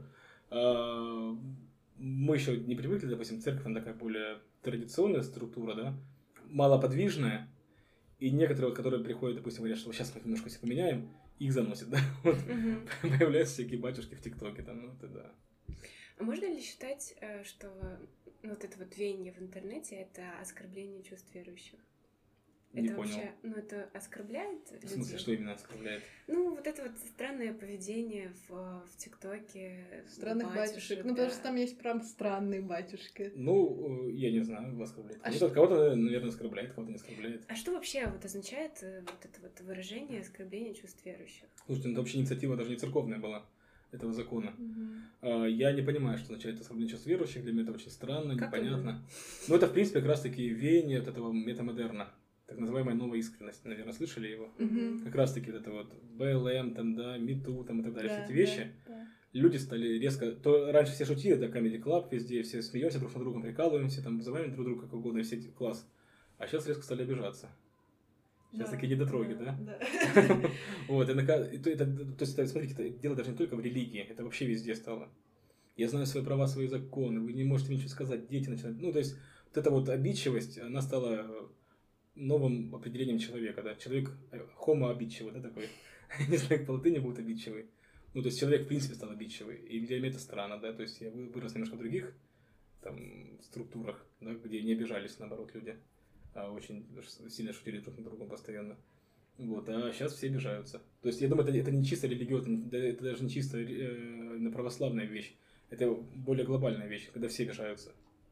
э, мы еще не привыкли, допустим, церковь, она такая более традиционная структура, да, малоподвижная, и некоторые, вот, которые приходят, допустим, говорят, что сейчас мы немножко все поменяем, их заносят, да, вот, mm-hmm. появляются всякие батюшки в ТикТоке, там, ну, это да. А можно ли считать, что ну, вот это вот веяние в интернете — это оскорбление чувств верующих? Не это понял. Вообще, ну, это оскорбляет людей? В смысле, что именно оскорбляет? Ну, вот это вот странное поведение в, в ТикТоке. Странных батюшек. батюшек. Ну, да. потому что там есть прям странные батюшки. Ну, я не знаю, оскорбляет. А кого-то, кого-то, наверное, оскорбляет, кого-то не оскорбляет. А что вообще вот означает вот это вот выражение оскорбления чувств верующих? Слушайте, ну, это вообще инициатива даже не церковная была, этого закона. Угу. Я не понимаю, что означает оскорбление чувств верующих, для меня это очень странно, как непонятно. Но это, в принципе, как раз-таки веяние вот этого метамодерна. Так называемая новая искренность, наверное, слышали его? Mm-hmm. Как раз-таки вот это вот бэ эл эм, там, да, MeToo, там и так далее, да, все эти вещи. Да, да. Люди стали резко... То раньше все шутили, да, Comedy Club везде, все смеемся друг над другом, прикалываемся, там, называем друг друга как угодно, все эти класс. А сейчас резко стали обижаться. Сейчас да, такие недотроги, да? Да. Вот, то есть, смотрите, дело даже не только в религии, это вообще везде стало. Я знаю свои права, свои законы, вы не можете ничего сказать, дети начинают... Ну, то есть, вот эта вот обидчивость, она стала... новым определением человека, да, человек homo обидчивый, да, такой, не знаю, как по латыни будет обидчивый, ну, то есть человек, в принципе, стал обидчивый, и для меня это странно, да, то есть я вырос немножко в других, там, структурах, да, где не обижались, наоборот, люди, а очень сильно шутили друг на другом постоянно, вот, а сейчас все обижаются, то есть я думаю, это, это не чисто религиозная, это даже не чисто э, православная вещь, это более глобальная вещь, когда все обижаются,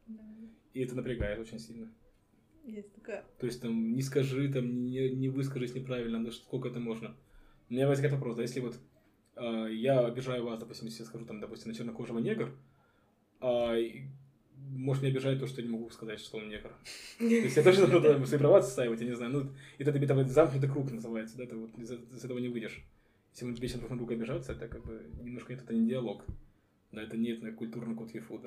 и это напрягает очень сильно. Есть такая. То есть там не скажи, там не, не выскажись неправильно, ну сколько это можно. У меня возникает вопрос, да, если вот э, я обижаю вас, допустим, если я скажу там, допустим, на чернокожего негр, а, может, меня обижает то, что я не могу сказать, что он негр. То есть я тоже должен свои права отстаивать, я не знаю. Ну, это это замкнутый круг называется, да, ты вот из, из этого не выйдешь. Если мы вечно друг на друга обижаться, это как бы немножко нет, это не диалог. Да, это не культурный код ЕФУ, да.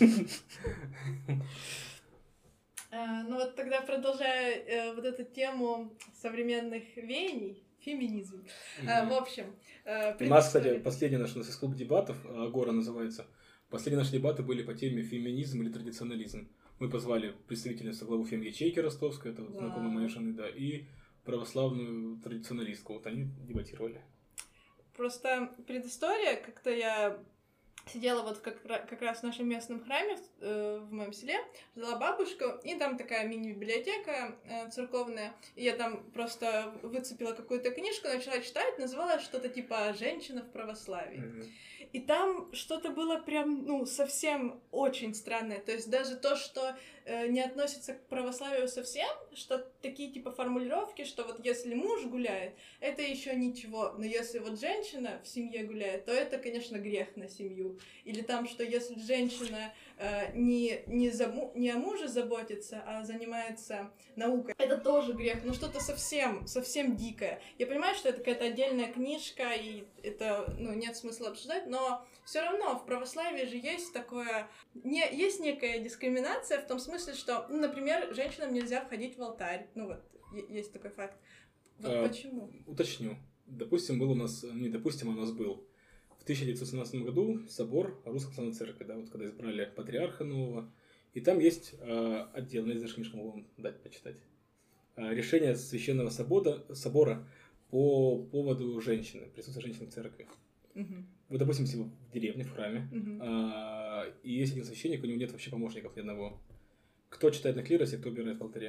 Ну вот тогда продолжая э, вот эту тему современных веяний, феминизм. Mm-hmm. А, в общем, э, у нас, кстати, последний наш, у нас есть клуб дебатов, Агора называется. Последние наши дебаты были по теме феминизм или традиционализм. Мы позвали представительницу главу фем-ячейки ростовской, это вот wow. знакомая моей жены, да, и православную традиционалистку. Вот они дебатировали. Просто предыстория, как-то я... сидела вот как, как раз в нашем местном храме э, в моем селе, ждала бабушку, и там такая мини-библиотека э, церковная, и я там просто выцепила какую-то книжку, начала читать, называлась что-то типа «Женщина в православии». Mm-hmm. И там что-то было прям, ну, совсем очень странное, то есть даже то, что э, не относится к православию совсем, что такие типа формулировки, что вот если муж гуляет, это еще ничего, но если вот женщина в семье гуляет, то это, конечно, грех на семью. Или там, что если женщина э, не, не, за, не о муже заботится, а занимается наукой, это тоже грех, но что-то совсем, совсем дикое. Я понимаю, что это какая-то отдельная книжка, и это, ну, нет смысла обсуждать, но все равно в православии же есть такое, не, есть некая дискриминация в том смысле, что, ну, например, женщинам нельзя входить в алтарь, ну вот, есть такой факт. Вот а, почему? Уточню. Допустим, был у нас, не допустим, у нас был в тысяча девятьсот семнадцатом году собор Русской Православной Церкви, да, вот когда избрали патриарха нового, и там есть э, отдел, я даже книжку могу вам дать почитать, э, решение Священного собора, собора по поводу женщины, присутствия женщин в церкви. Uh-huh. Вот, допустим, если вы в деревне, в храме, uh-huh. э, и есть один священник, у него нет вообще помощников ни одного. Кто читает на клиросе, кто убирает в алтаре?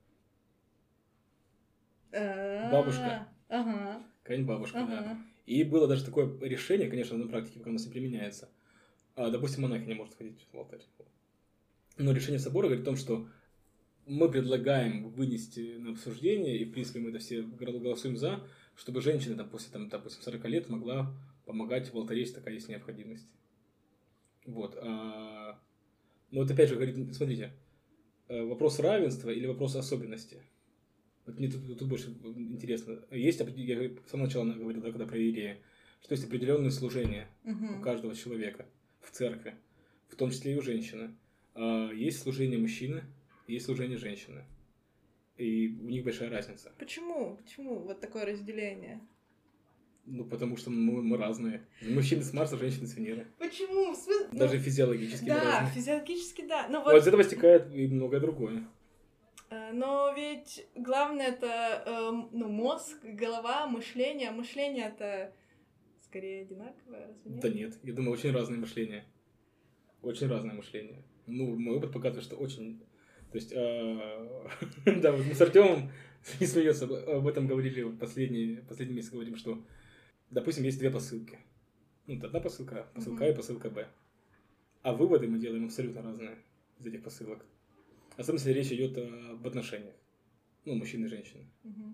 Uh-huh. Бабушка. Uh-huh. Какая-нибудь бабушка, uh-huh. да. И было даже такое решение, конечно, на практике, пока у нас не применяется. А, допустим, монахиня не может ходить в алтарь. Но решение собора говорит о том, что мы предлагаем вынести на обсуждение, и, в принципе, мы это все голосуем за, чтобы женщина там, после, там, допустим, сорока лет могла помогать в алтаре, если такая есть необходимость. Вот. А... Но вот опять же, говорит, смотрите, вопрос равенства или вопрос особенности? Вот мне тут, тут больше интересно. Есть, я с самого начала говорил, да, когда про иерея, что есть определенное служение uh-huh. у каждого человека в церкви, в том числе и у женщины. Есть служение мужчины, есть служение женщины. И у них большая разница. Почему? Почему вот такое разделение? Ну, потому что мы, мы разные. Мужчины с Марса, женщины с Венеры. Почему? Смысл? Даже ну, физиологически да, мы разные. Да, физиологически, да. Но вот... вот из этого стекает и многое другое. Но ведь главное это э, ну, мозг, голова, мышление. Мышление это скорее одинаковое, разве нет? Да нет, я думаю, очень разное мышление. Очень разное мышление. Ну, мой опыт показывает, что очень... То есть, да, вот мы с Артёмом, не смеется, об этом говорили последний, последний месяц, говорим, что, допустим, есть две посылки. Ну, одна посылка, посылка А и посылка Б. А выводы мы делаем абсолютно разные из этих посылок. Особенно, если речь идет об отношениях. Ну, мужчины и женщины. Uh-huh.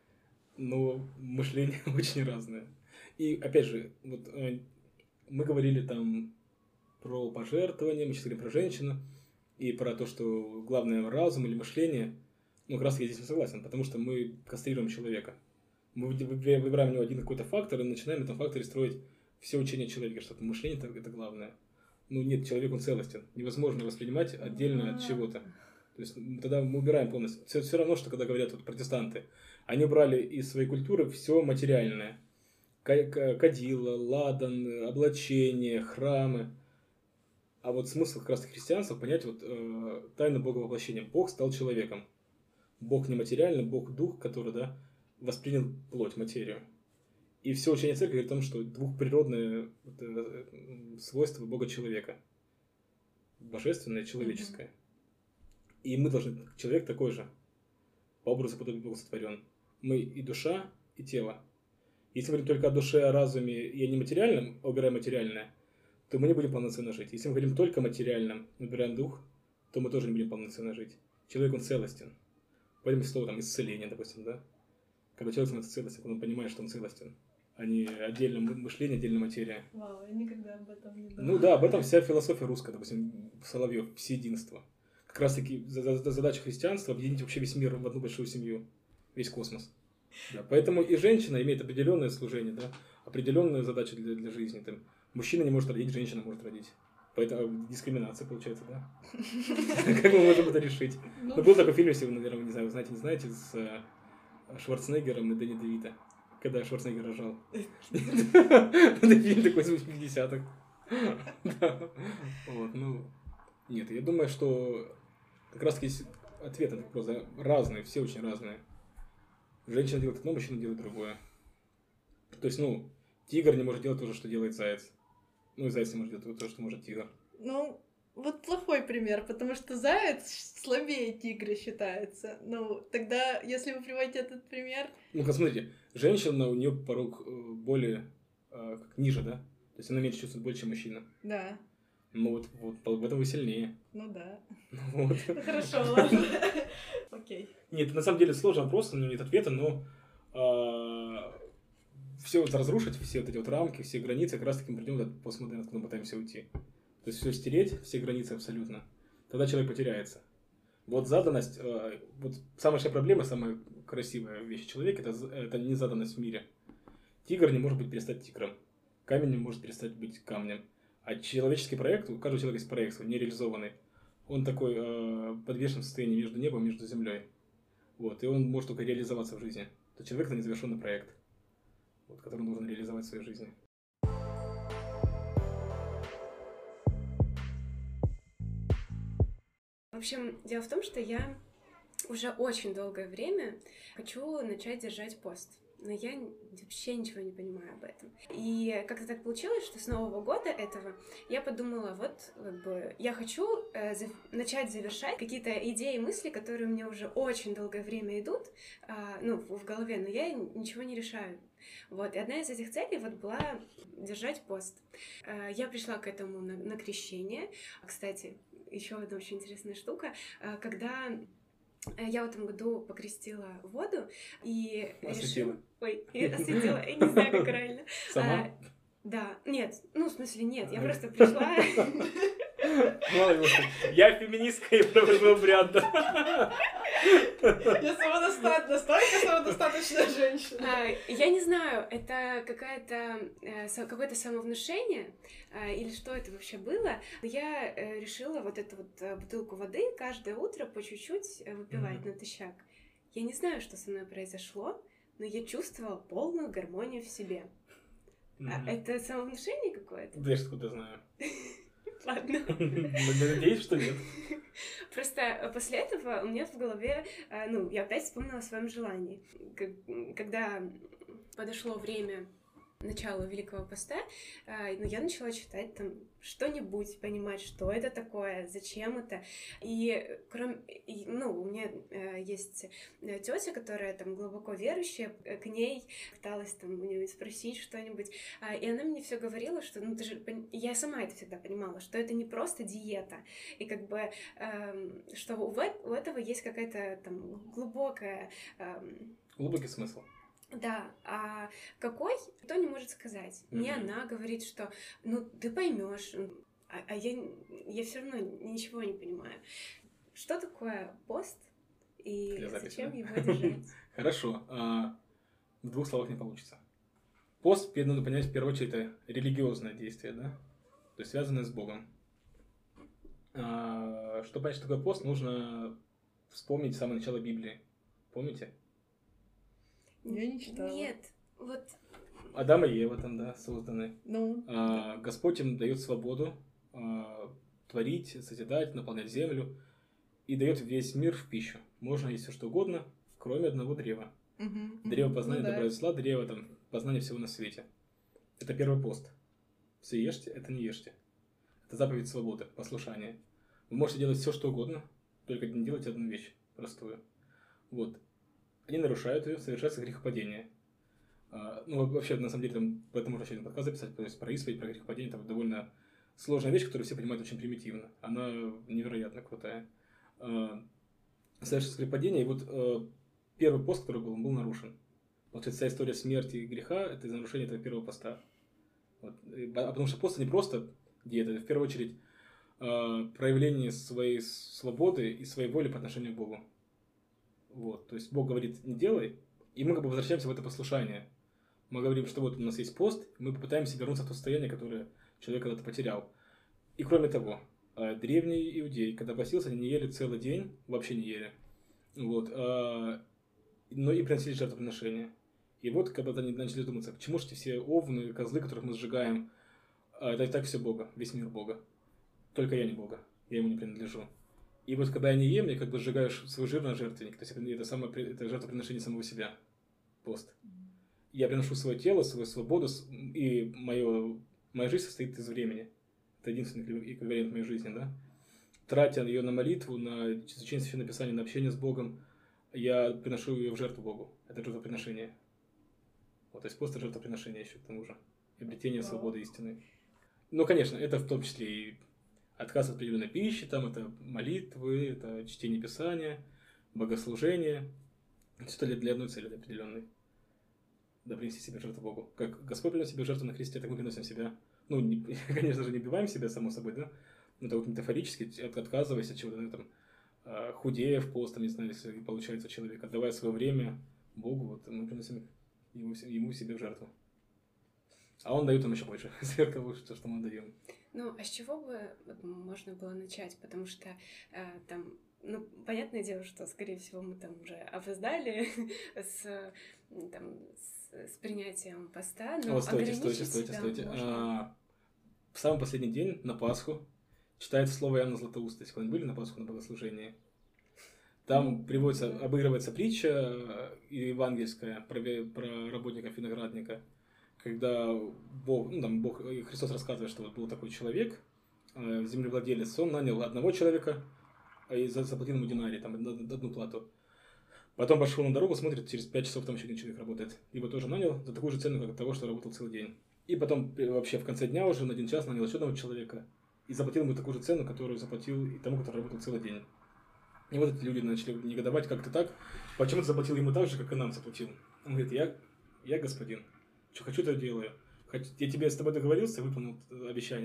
Но мышление очень разное. И, опять же, вот мы говорили там про пожертвования, мы сейчас говорим про женщину, и про то, что главное разум или мышление. Ну, как раз я здесь не согласен, потому что мы кастрируем человека. Мы выбираем у него один какой-то фактор и начинаем на этом факторе строить все учение человека, что мышление – это главное. Ну, нет, человек, он целостен. Невозможно воспринимать отдельно от чего-то. То есть тогда мы убираем полностью. Все, все равно, что когда говорят вот, протестанты, они убрали из своей культуры все материальное. Кадила, ладан, облачение, храмы. А вот смысл как раз христианства понять вот, э, тайну Боговоплощения. Бог стал человеком. Бог нематериальный, Бог дух, который да, воспринял плоть, материю. И все учение церкви говорит о том, что двухприродное это, свойство Бога-человека. Божественное и человеческое. Mm-hmm. И мы должны, человек такой же, по образу подобию Бога сотворен. Мы и душа, и тело. Если мы говорим только о душе, о разуме и о нематериальном, а убираем материальное, то мы не будем полноценно жить. Если мы говорим только о материальном, убираем дух, то мы тоже не будем полноценно жить. Человек, он целостен. Поэтому слово там исцеление, допустим, да? Когда человек становится целостен, он понимает, что он целостен, а не отдельное мышление, отдельная материя. Вау, я никогда об этом не думала. Ну да, об этом вся философия русская, допустим, Соловьев, всеединство. Как раз таки задача христианства объединить вообще весь мир в одну большую семью, весь космос. Да, поэтому и женщина имеет определенное служение, да, определенную задачу для, для жизни. Там, мужчина не может родить, женщина может родить. Поэтому дискриминация получается, да? Как мы можем это решить? Ну, был такой фильм, если вы, наверное, не знаю, вы знаете, не знаете, с Шварценеггером и Дэнни Девито, когда Шварценеггер рожал. Это фильм такой из восьмидесятых. Вот, ну, нет, я думаю, что как раз есть ответ на этот вопрос, разные, все очень разные. Женщина делает одно, мужчина делает другое. То есть, ну, тигр не может делать то же, что делает заяц. Ну, и заяц не может делать то, что может тигр. Ну, вот плохой пример, потому что заяц слабее тигра считается. Ну, тогда, если вы приводите этот пример... Ну, как смотрите, женщина, у нее порог более, э, как ниже, да? То есть она меньше чувствует боль, чем мужчина. Да. Ну, вот, вот в этом вы сильнее. Ну, да. Вот. Ну, хорошо, ладно. Окей. Нет, на самом деле сложный вопрос, у него нет ответа, но... все вот разрушить, все вот эти вот рамки, все границы, как раз таки мы придем в этот постмодерн, откуда мы пытаемся уйти. То есть все стереть, все границы абсолютно. Тогда человек потеряется. Вот заданность, вот самая большая проблема, самая красивая вещь человека, это, это незаданность в мире. Тигр не может быть перестать тигром. Камень не может перестать быть камнем. А человеческий проект, у каждого человека есть проект свой, нереализованный. Он такой э, подвешен в состоянии между небом и между землей. Вот, и он может только реализоваться в жизни. То человек — это незавершенный проект, вот, который он должен реализовать в своей жизни. В общем, дело в том, что я уже очень долгое время хочу начать держать пост. Но я вообще ничего не понимаю об этом. И как-то так получилось, что с Нового года этого я подумала, вот, как бы, я хочу э, за- начать завершать какие-то идеи и мысли, которые у меня уже очень долгое время идут, э, ну, в, в голове, но я ничего не решаю. Вот, и одна из этих целей вот была держать пост. Э, я пришла к этому на, на крещение. Кстати, еще одна очень интересная штука, э, когда... Я в этом году покрестила воду и осветила. решила... Ой, осветила, я не знаю, как правильно. Сама? А, да, нет, ну, в смысле, нет, я просто пришла... Я феминистка и провожу обряд. Я самодостаточная, настолько самодостаточная женщина. А, я не знаю, это какая-то, э, какое-то самовнушение, э, или что это вообще было. Я э, решила вот эту вот э, бутылку воды каждое утро по чуть-чуть выпивать mm-hmm. натощак. Я не знаю, что со мной произошло, но я чувствовала полную гармонию в себе. Mm-hmm. А, это самовнушение какое-то? Да я ж откуда знаю. Ладно. Надеюсь, что нет. Просто после этого у меня в голове, ну, я опять вспомнила о своем желании. Когда подошло время начала Великого Поста, ну, я начала читать там что-нибудь, понимать, что это такое, зачем это. И кроме, и, ну, у меня есть тетя, которая там глубоко верующая, к ней пыталась там у нее спросить что-нибудь, и она мне все говорила, что, ну, ты же, я сама это всегда понимала, что это не просто диета, и как бы, эм, что у, у этого есть какая-то там глубокая... Эм... Глубокий смысл. Да, а какой, никто не может сказать. Mm-hmm. Мне она говорит, что ну ты поймешь, а, а я, я все равно ничего не понимаю. Что такое пост и зачем да? его держать? Хорошо. А, в двух словах не получится. Пост, надо понять, в первую очередь, это религиозное действие, да? То есть связанное с Богом. А, чтобы понять, что такое пост, нужно вспомнить самое начало Библии. Помните? Я не читала. Нет, вот... Адам и Ева там, да, созданы. Ну. А, Господь им дает свободу а, творить, созидать, наполнять землю и дает весь мир в пищу. Можно есть все что угодно, кроме одного древа. Угу. Древо познания ну, добра да. и зла, древо там познания всего на свете. Это первый пост. Все ешьте, это не ешьте. Это заповедь свободы, послушания. Вы можете делать все что угодно, только не делайте одну вещь простую. Вот. Они нарушают ее, совершается грехопадение. А, ну, вообще, на самом деле, там, по этому можно еще один подкаст записать, то есть про исповедь, про грехопадение, это довольно сложная вещь, которую все понимают очень примитивно. Она невероятно крутая. А, совершается грехопадение, и вот а, первый пост, который был, он был нарушен. Вот вся история смерти и греха, это из-за нарушения этого первого поста. Вот. А потому что пост не просто диета, это в первую очередь а, проявление своей свободы и своей воли по отношению к Богу. Вот, то есть Бог говорит, не делай, и мы как бы возвращаемся в это послушание. Мы говорим, что вот у нас есть пост, мы попытаемся вернуться в то состояние, которое человек когда-то потерял. И кроме того, древние иудеи, когда постился, они не ели целый день, вообще не ели. Вот, но и приносили жертвоприношения. И вот, когда они начали думаться, к чему же эти все овны, козлы, которых мы сжигаем, это и так все Бога, весь мир Бога. Только я не Бога, я ему не принадлежу. И вот когда я не ем, я как бы сжигаю свой жир на жертвенник. То есть это, это, самое, это жертвоприношение самого себя. Пост. Я приношу свое тело, свою свободу, и мое, моя жизнь состоит из времени. Это единственный эквивалент моей жизни, да? Тратя ее на молитву, на изучение Священного Писания, на общение с Богом, я приношу ее в жертву Богу. Это жертвоприношение. Вот, то есть пост — это жертвоприношение еще к тому же. И обретение wow. свободы истины. Ну, конечно, это в том числе и отказ от определенной пищи, там это молитвы, это чтение Писания, богослужение. Все это для одной цели, для определенной. Да, принести себе жертву Богу. Как Господь приносит себе жертву на кресте, так мы приносим себя. Ну, не, конечно же, не убиваем себя, само собой, да? Но это вот метафорически, отказываясь от чего-то, там, худея в пост, там, не знаю, если получается человек, отдавая свое время Богу, вот мы приносим ему, ему себе в жертву. А он дает нам еще больше, сверх того, что, что мы даем. Ну, а с чего бы вот, можно было начать? Потому что э, там, ну, понятное дело, что, скорее всего, мы там уже опоздали с, там, с, с принятием поста, но вот, стойте, стойте, стойте, стойте. А, в самый последний день, на Пасху, читается слово Иоанна Златоуста. Если вы были на Пасху на богослужении, там приводится, обыгрывается притча евангельская про, про работников виноградника, когда Бог, ну, там Бог, Христос рассказывает, что вот был такой человек, землевладелец, он нанял одного человека и заплатил ему динарий, там, одну плату. Потом пошел на дорогу, смотрит, через пять часов там еще один человек работает. Его тоже нанял за такую же цену, как от того, что работал целый день. И потом вообще в конце дня уже на один час нанял еще одного человека и заплатил ему такую же цену, которую заплатил и тому, который работал целый день. И вот эти люди начали негодовать, как-то так. Почему ты заплатил ему так же, как и нам заплатил? Он говорит, я, я господин. Что хочу, то делаю. Я тебе с тобой договорился, выполнил обещание.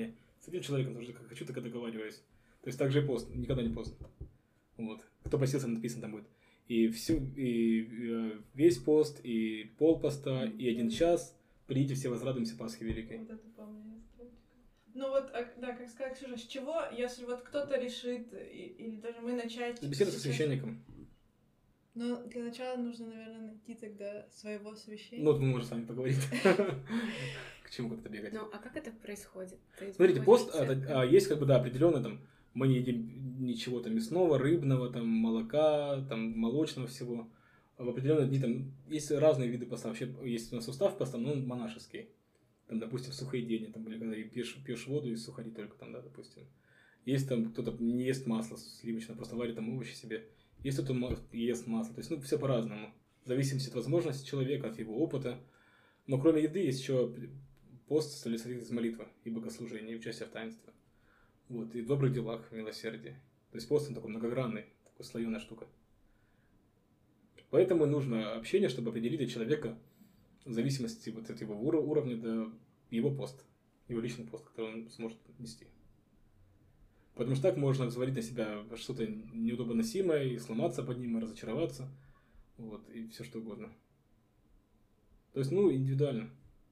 С этим человеком тоже как хочу, так и договариваюсь. То есть так же и пост, никогда не поздно. Вот. Кто постился, написано там будет. И, всю, и э, весь пост, и пол поста, и один час. Придите, все возрадуемся Пасхи Великой. Вот это помню. Ну вот, да, как сказала Ксюша, с чего, если вот кто-то решит, и, или даже мы начать... Беседа со священником. Ну, для начала нужно, наверное, найти тогда своего священника. Ну, вот мы можем с вами поговорить. К чему как-то бегать. Ну, а как это происходит? Смотрите, пост, есть как бы, да, определенный там, мы не едим ничего там мясного, рыбного, там, молока, там, молочного всего. В определенные дни там есть разные виды поста. Вообще есть у нас устав поста, но он монашеский. Там, допустим, сухие дни, там были, когда пьешь, пьешь воду и сухари только там, да, допустим. Есть там кто-то не ест масло сливочное, просто варит там овощи себе. Есть кто-то ест масло. То есть, ну, все по-разному. В зависимости от возможностей человека, от его опыта. Но кроме еды есть еще пост состоит из молитвы и богослужения, и участия в таинстве. Вот, и в добрых делах, в милосердии. То есть пост он такой многогранный, такой слоеная штука. Поэтому нужно общение, чтобы определить для человека в зависимости вот от его уровня до его пост, его личный пост, который он сможет нести. Потому что так можно взвалить на себя что-то неудобоносимое, и сломаться под ним, и разочароваться, вот, и все что угодно. То есть, ну, индивидуально.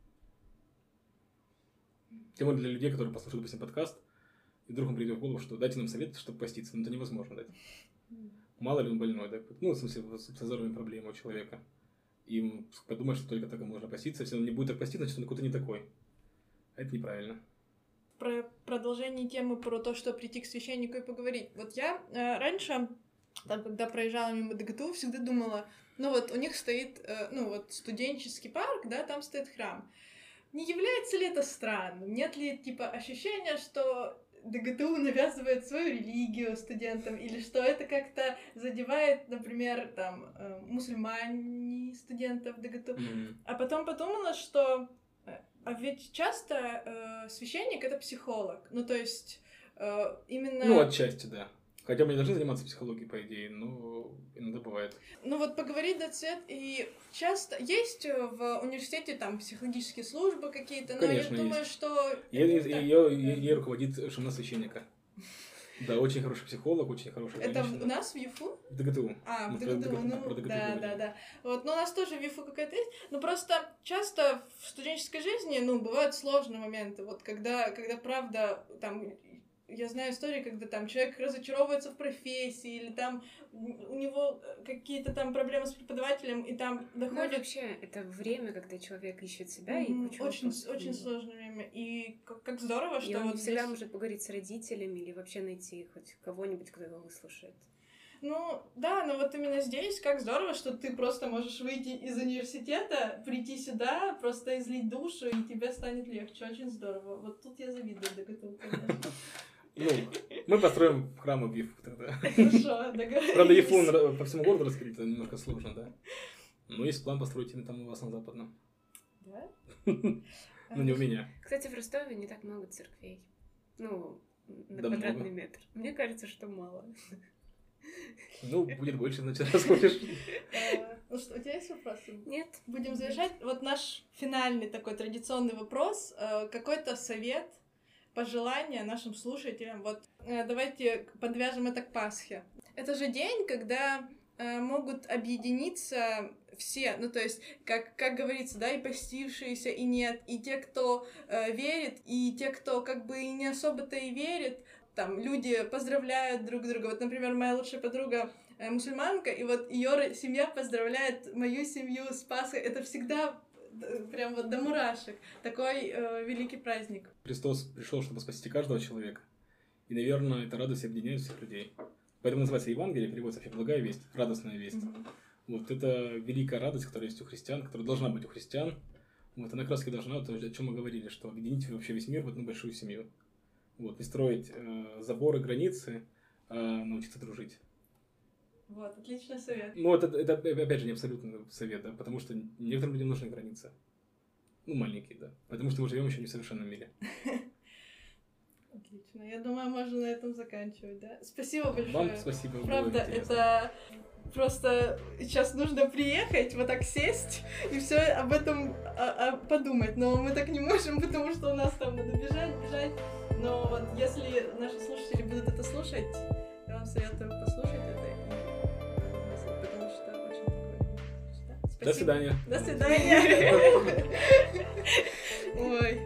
Тем более для людей, которые послушают, допустим, подкаст, и вдруг им придет в голову, что дайте нам совет, чтобы поститься. Но это невозможно дать. Мало ли он больной, да? Ну, в смысле, со здоровьем проблемы у человека. И подумать, что только так можно поститься. Если он не будет так поститься, значит, он какой-то не такой. А это неправильно. Про продолжение темы про то, что прийти к священнику и поговорить. Вот я э, раньше, там, когда проезжала мимо ДГТУ, всегда думала, ну вот у них стоит, э, ну вот студенческий парк, да, там стоит храм. Не является ли это странным? Нет ли, типа, ощущения, что ДГТУ навязывает свою религию студентам, или что это как-то задевает, например, там, э, мусульмане студентов ДГТУ? Mm-hmm. А потом подумала, что а ведь часто э, священник — это психолог. Ну, то есть, э, именно... Ну, отчасти, да. Хотя мы не должны заниматься психологией, по идее, но иногда бывает. Ну, вот поговорить до цвет, и часто есть в университете там психологические службы какие-то, но конечно, я думаю, есть. что... Ее руководит жена священника. Да, очень хороший психолог, очень хорошая Это женщина. у нас в ЮФУ? В ДГТУ. А, ну, в ДГТУ, ну, про ДГТУ да, говорим. да, да. Вот, но у нас тоже в ЮФУ какая-то есть. Но просто часто в студенческой жизни, ну, бывают сложные моменты. Вот когда, когда правда, там, я знаю истории, когда там человек разочаровывается в профессии, или там у него какие-то там проблемы с преподавателем, и там доходит... Ну, вообще, это время, когда человек ищет себя, mm-hmm. и кучу Очень, вопросов. очень сложное время. И как, как здорово, что... И он вот не всегда здесь... может поговорить с родителями или вообще найти хоть кого-нибудь, кто его выслушает. Ну, да, но вот именно здесь как здорово, что ты просто можешь выйти из университета, прийти сюда, просто излить душу, и тебе станет легче. Очень здорово. Вот тут я завидую ДГТУ, конечно. Ну, мы построим храмы в ЕФУ тогда. Хорошо, договорились. Правда, ЕФУ по всему городу раскрыть, это немножко сложно, да? Но есть план построить именно там у вас на Западном. Да? Ну, не у меня. Кстати, в Ростове не так много церквей. Ну, на да квадратный много. метр. Мне кажется, что мало. Ну, будет больше, значит, расходишь. Ну что, у тебя есть вопросы? Нет. Будем завершать. Вот наш финальный такой традиционный вопрос. Какой-то совет, пожелания нашим слушателям? Вот давайте подвяжем это к Пасхе. Это же день, когда могут объединиться все, ну то есть, как, как говорится, да, и постившиеся, и нет, и те, кто э, верит, и те, кто как бы и не особо-то и верит. Там люди поздравляют друг друга. Вот, например, моя лучшая подруга э, мусульманка, и вот ее семья поздравляет мою семью с Пасхой. Это всегда э, прям вот до мурашек. Такой э, великий праздник. Христос пришел, чтобы спасти каждого человека. И, наверное, эта радость объединяет всех людей. Поэтому называется Евангелие, переводится вообще благая весть, радостная весть. Mm-hmm. Вот это великая радость, которая есть у христиан, которая должна быть у христиан. Вот она как раз и должна, то, о чем мы говорили, что объединить вообще весь мир в одну большую семью. Вот, не строить э, заборы, границы, а научиться дружить. Вот, отличный совет. Ну, это, это, опять же, не абсолютный совет, да, потому что некоторым людям нужны границы. Ну, маленькие, да. Потому что мы живем еще не в совершенном мире. Отлично. Я думаю, можно на этом заканчивать, да? Спасибо большое. Вам спасибо. Правда, это просто сейчас нужно приехать, вот так сесть и все об этом а, а, подумать. Но мы так не можем, потому что у нас там надо бежать, бежать. Но вот если наши слушатели будут это слушать, я вам советую послушать это, и, потому что очень такое. Да? До свидания. До свидания. Ой.